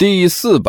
第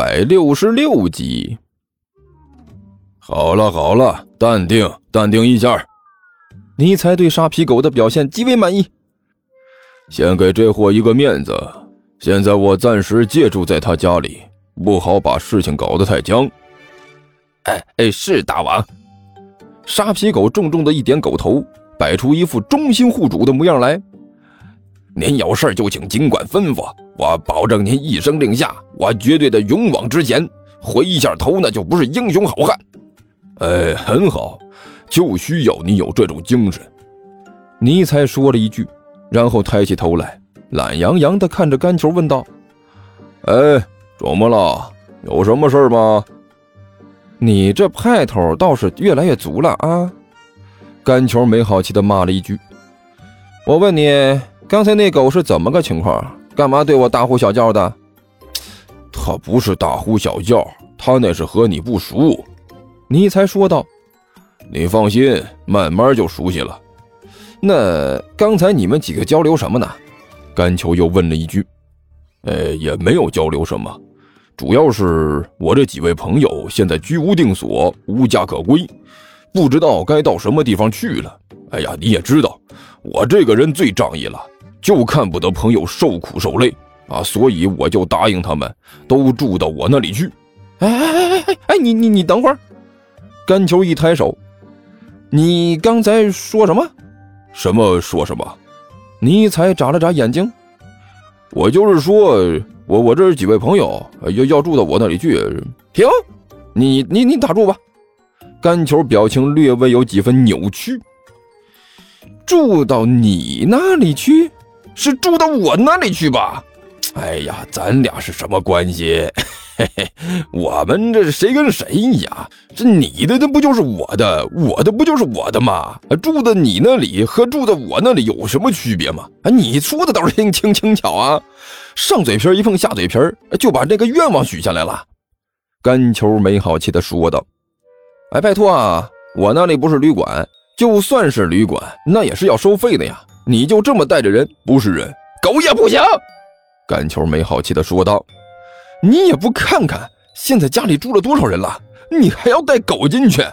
466集。好了，淡定一下。尼采对沙皮狗的表现极为满意。先给这货一个面子，现在我暂时借住在他家里，不好把事情搞得太僵。是大王。沙皮狗重重的一点狗头，摆出一副忠心护主的模样来。您有事就请尽管吩咐，我保证您一声令下，我绝对的勇往直前，回一下头那就不是英雄好汉。很好，就需要你有这种精神。尼采说了一句，然后抬起头来，懒洋洋地看着甘球问道：怎么了？有什么事吗？你这派头倒是越来越足了啊！甘球没好气地骂了一句。我问你，刚才那狗是怎么个情况？干嘛对我大呼小叫的？他不是大呼小叫，他那是和你不熟。尼采说道。你放心，慢慢就熟悉了。那刚才你们几个交流什么呢？甘球又问了一句。也没有交流什么，主要是我这几位朋友现在居无定所，无家可归，不知道该到什么地方去了。你也知道，我这个人最仗义了，就看不得朋友受苦受累啊，所以我就答应他们都住到我那里去。你等会儿。甘球一抬手，你刚才说什么？什么说什么？尼采眨了眨眼睛。我就是说，我这几位朋友要住到我那里去。停，你打住吧。甘球表情略微有几分扭曲。住到你那里去？是住到我那里去吧？咱俩是什么关系？我们这谁跟谁呀？这你的不就是我的，我的不就是我的吗？住在你那里和住在我那里有什么区别吗？你说的倒是轻巧啊，上嘴皮一碰下嘴皮，就把这个愿望许下来了。甘球没好气地说道。拜托啊，我那里不是旅馆，就算是旅馆，那也是要收费的呀。你就这么带着人，不是人，狗也不行。甘球没好气地说道。你也不看看现在家里住了多少人了，你还要带狗进去？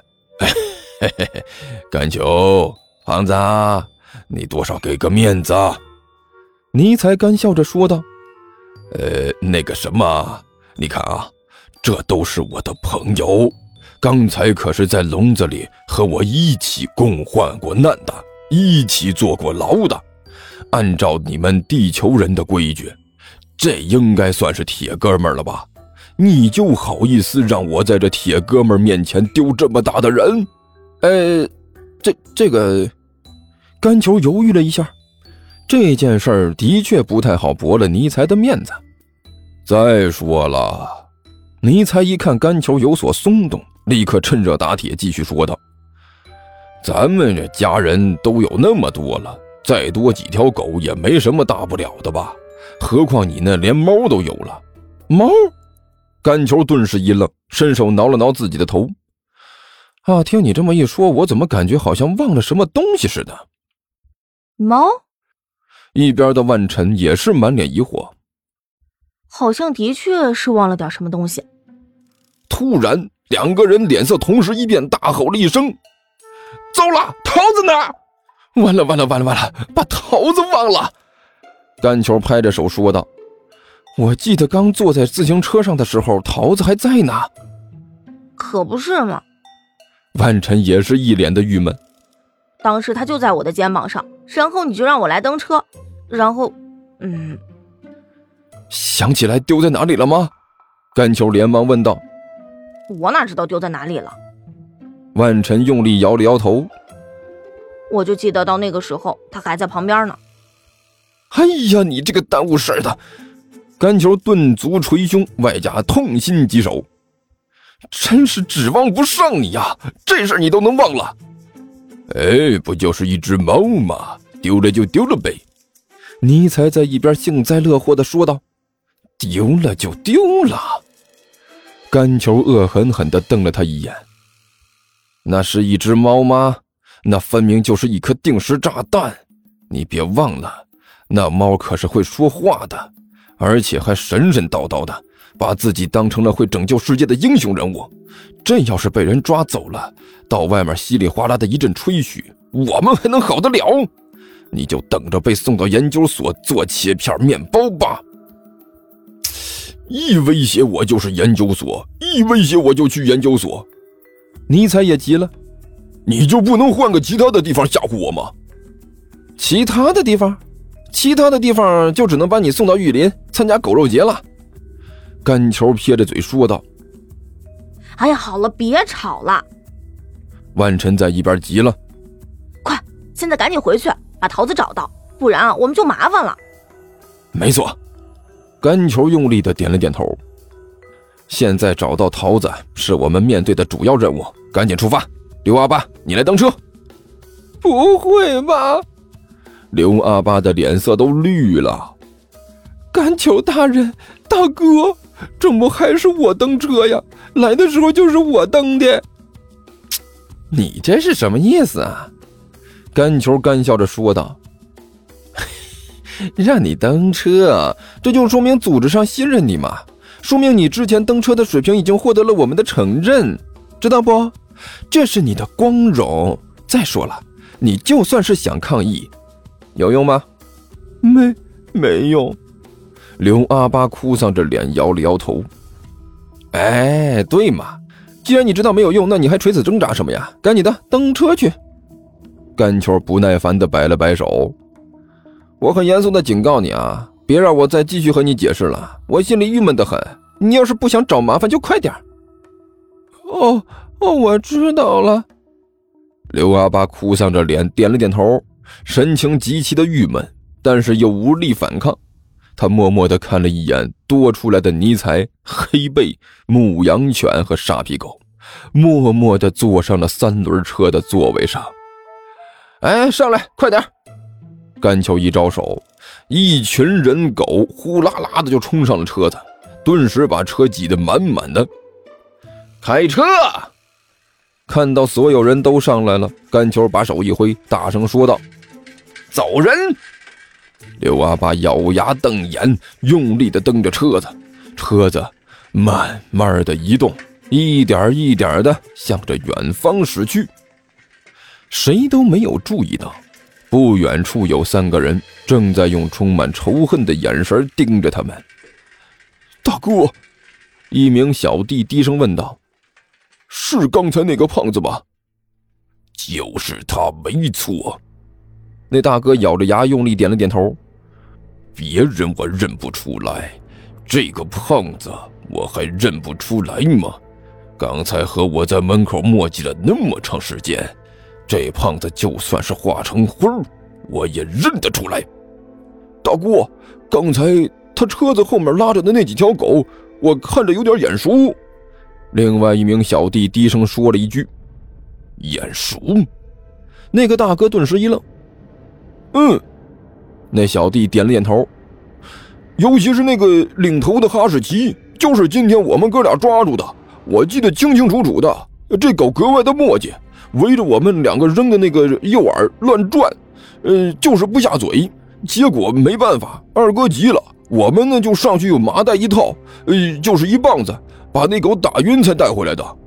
甘球，胖子，你多少给个面子。尼采干笑着说道。那个什么，你看啊，这都是我的朋友，刚才可是在笼子里和我一起共患过难的，一起坐过牢的。按照你们地球人的规矩，这应该算是铁哥们了吧？你就好意思让我在这铁哥们面前丢这么大的人？这个，甘球犹豫了一下，这件事儿的确不太好驳了尼采的面子。再说了，尼采一看甘球有所松动，立刻趁热打铁，继续说道：咱们这家人都有那么多了，再多几条狗也没什么大不了的吧？何况你那连猫都有了。猫？甘球顿时一愣，伸手挠了挠自己的头。听你这么一说，我怎么感觉好像忘了什么东西似的。 猫？ 一边的万晨也是满脸疑惑。 好像的确是忘了点什么东西。 突然两个人脸色同时一变，大吼了一声：糟了，桃子呢？完了，把桃子忘了。甘球拍着手说道：我记得刚坐在自行车上的时候，桃子还在呢。 可不是嘛。 万晨也是一脸的郁闷。 当时他就在我的肩膀上，然后你就让我来登车，然后想起来丢在哪里了吗？甘球连忙问道。 我哪知道丢在哪里了。 万晨用力摇了摇头。 我就记得到那个时候他还在旁边呢。 你这个耽误事的。甘球顿足捶胸，外加痛心疾首。真是指望不上你呀，这事你都能忘了。不就是一只猫吗？丢了就丢了呗。尼采在一边幸灾乐祸地说道。丢了就丢了。甘球恶狠狠地瞪了他一眼。那是一只猫吗？那分明就是一颗定时炸弹。你别忘了，那猫可是会说话的，而且还神神叨叨的， 把自己当成了会拯救世界的英雄人物。这要是被人抓走了，到外面稀里哗啦的一阵吹嘘，我们还能好得了？你就等着被送到研究所做切片面包吧。一威胁我就是研究所，一威胁我就去研究所。尼采也急了，你就不能换个其他的地方吓唬我吗？其他的地方？其他的地方就只能把你送到玉林参加狗肉节了。甘球撇着嘴说道。 哎呀，好了，别吵了。 万晨在一边急了， 快，现在赶紧回去把桃子找到，不然我们就麻烦了。 没错。甘球用力地点了点头。现在找到桃子是我们面对的主要任务，赶紧出发。刘阿八，你来登车。不会吧？刘阿八的脸色都绿了。甘球大人，大哥，怎么还是我登车呀？来的时候就是我登的。你这是什么意思啊？甘球干笑着说道。让你登车，这就说明组织上信任你嘛，说明你之前登车的水平已经获得了我们的承认，知道不？这是你的光荣。再说了，你就算是想抗议，有用吗？没用。刘阿八哭丧着脸摇了摇头。哎，对嘛，既然你知道没有用，那你还垂死挣扎什么呀？赶紧的登车去。甘球不耐烦地摆了摆手。我很严肃地警告你啊，别让我再继续和你解释了，我心里郁闷得很。你要是不想找麻烦就快点。哦，我知道了。刘阿八哭丧着脸点了点头，神情极其的郁闷，但是又无力反抗。他默默地看了一眼多出来的尼采、黑贝、牧羊犬和沙皮狗，默默地坐上了三轮车的座位上。哎，上来，快点！甘球一招手，一群人狗呼啦啦的就冲上了车子，顿时把车挤得满满的。开车！看到所有人都上来了，甘球把手一挥，大声说道：走人！刘阿八咬牙瞪眼，用力地蹬着车子，车子慢慢地移动，一点一点地向着远方驶去。谁都没有注意到，不远处有3个人正在用充满仇恨的眼神盯着他们。大哥，一名小弟低声问道：是刚才那个胖子吧？就是他，没错。那大哥咬着牙用力点了点头。别人我认不出来，这个胖子我还认不出来吗？刚才和我在门口磨叽了那么长时间，这胖子就算是化成灰我也认得出来。大哥，刚才他车子后面拉着的那几条狗，我看着有点眼熟。另外一名小弟低声说了一句：眼熟。那个大哥顿时一愣。那小弟点了点头。尤其是那个领头的哈士奇，就是今天我们哥俩抓住的，我记得清清楚楚的。这狗格外的磨叽，围着我们2个扔的那个诱饵乱转，就是不下嘴。结果没办法，二哥急了，我们呢就上去有麻袋一套，就是一棒子把那狗打晕才带回来的。